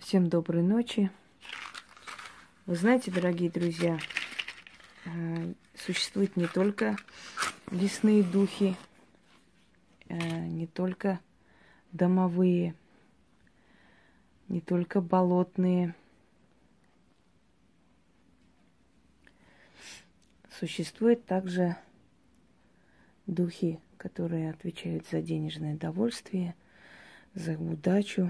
Всем доброй ночи. Вы знаете, дорогие друзья, существуют не только лесные духи, не только домовые, не только болотные. Существуют также духи, которые отвечают за денежное довольствие, за удачу.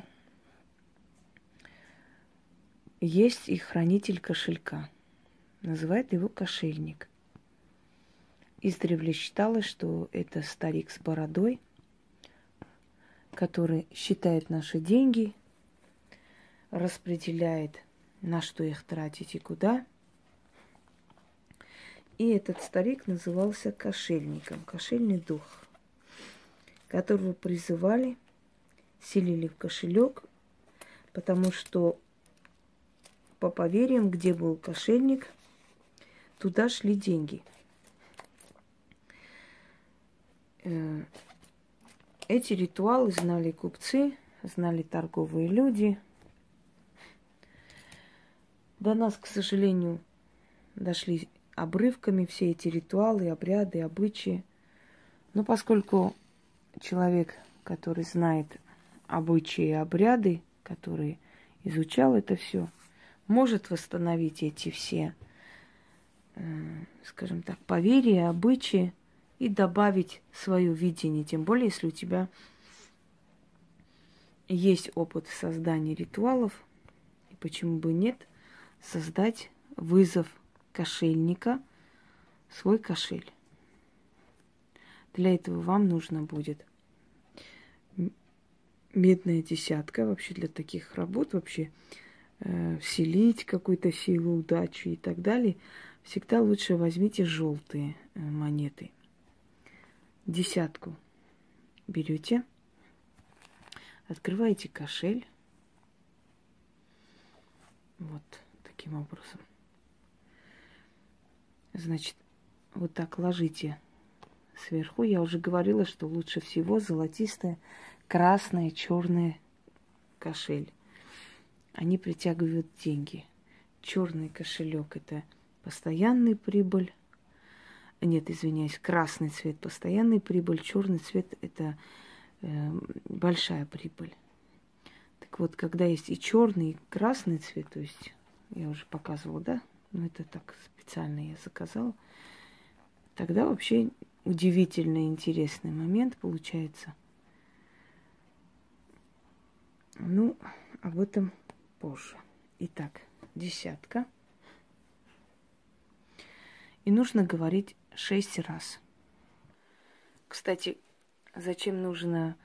Есть и хранитель кошелька. Называют его кошельник. Издревле считалось, что это старик с бородой, который считает наши деньги, распределяет, на что их тратить и куда. И этот старик назывался кошельником, кошельный дух, которого призывали, селили в кошелек, потому что по поверьям, где был кошельник, туда шли деньги. Эти ритуалы знали купцы, знали торговые люди. До нас, к сожалению, дошли обрывками все эти ритуалы, обряды, обычаи. Но поскольку человек, который знает обычаи и обряды, который изучал это все, может восстановить эти все, скажем так, поверья, обычаи и добавить свое видение. Тем более, если у тебя есть опыт создания ритуалов, и почему бы нет, создать вызов кошельника, свой кошель. Для этого вам нужно будет медная десятка, вообще для таких работ, вообще вселить какую-то силу, удачу и так далее. Всегда лучше возьмите желтые монеты. Десятку берете, открываете кошель. Вот таким образом. Значит, вот так ложите сверху. Я уже говорила, что лучше всего золотистая, красная, черная кошель. Они притягивают деньги. Черный кошелек — это постоянная прибыль. Нет, извиняюсь, красный цвет — постоянная прибыль, черный цвет — это большая прибыль. Так вот, когда есть и черный, и красный цвет, то есть, я уже показывала, да? Ну, это так специально я заказала. Тогда вообще удивительный, интересный момент получается. Ну, об этом позже. Итак, десятка. И нужно говорить 6 раз. Кстати, зачем нужно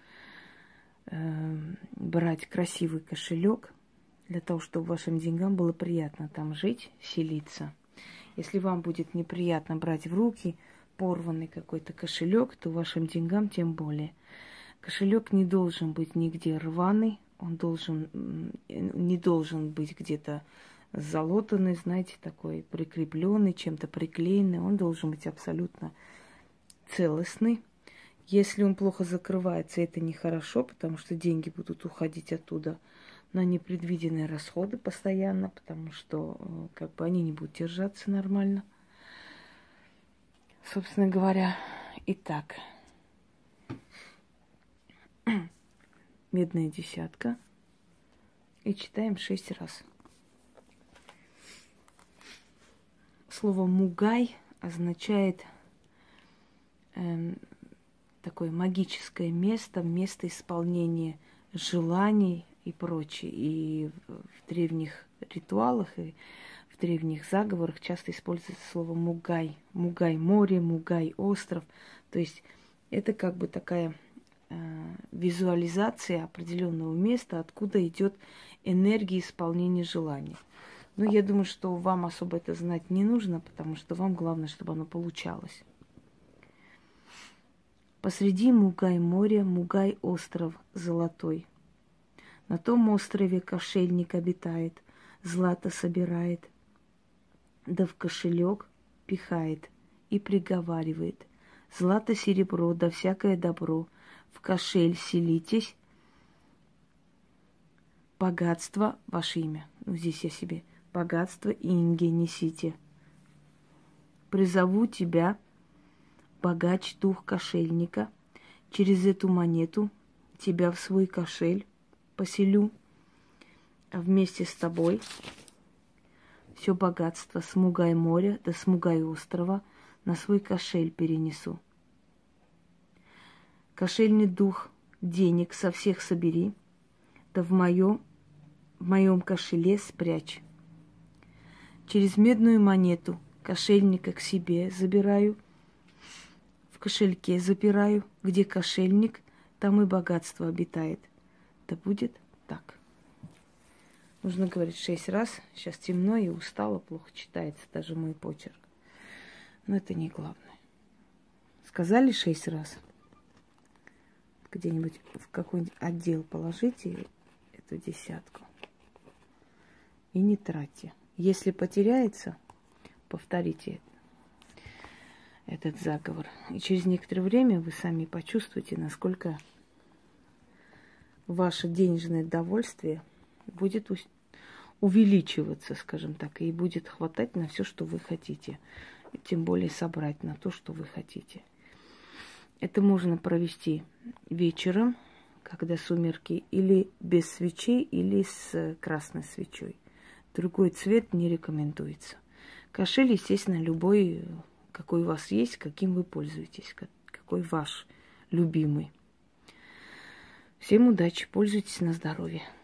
брать красивый кошелек? Для того, чтобы вашим деньгам было приятно там жить, селиться. Если вам будет неприятно брать в руки порванный какой-то кошелек, то вашим деньгам тем более. Кошелек не должен быть нигде рваный, он не должен быть где-то залатанный, знаете, такой прикрепленный, чем-то приклеенный. Он должен быть абсолютно целостный. Если он плохо закрывается, это нехорошо, потому что деньги будут уходить оттуда на непредвиденные расходы постоянно, потому что как бы они не будут держаться нормально. Собственно говоря, итак, медная десятка. И читаем 6 раз. Слово «мугай» означает такое магическое место, место исполнения желаний и прочее. И в древних ритуалах, и в древних заговорах часто используется слово «мугай». Мугай море, мугай остров. То есть это как бы такая визуализация определенного места, откуда идет энергия исполнения желаний. Но я думаю, что вам особо это знать не нужно, потому что вам главное, чтобы оно получалось. Посреди мугай моря, мугай остров золотой. На том острове кошельник обитает, злато собирает, да в кошелек пихает и приговаривает: злато, серебро, да всякое добро, в кошель селитесь, богатство, ваше имя. Ну, здесь я себе. Богатство Инги несите. Призову тебя, богач дух кошельника. Через эту монету тебя в свой кошель поселю. А вместе с тобой все богатство смугай моря да смугай острова на свой кошель перенесу. Кошельный дух денег со всех собери, да в моем кошеле спрячь. Через медную монету кошельника к себе забираю, в кошельке запираю, где кошельник, там и богатство обитает. Да будет так. Нужно говорить 6 раз. Сейчас темно и устала, плохо читается даже мой почерк. Но это не главное. Сказали 6 раз. Где-нибудь в какой-нибудь отдел положите эту десятку. И не тратьте. Если потеряется, повторите этот заговор. И через некоторое время вы сами почувствуете, насколько ваше денежное довольствие будет увеличиваться, скажем так, и будет хватать на все, что вы хотите. И тем более собрать на то, что вы хотите. Это можно провести вечером, когда сумерки, или без свечей, или с красной свечой. Другой цвет не рекомендуется. Кошель, естественно, любой, какой у вас есть, каким вы пользуетесь, какой ваш любимый. Всем удачи, пользуйтесь на здоровье.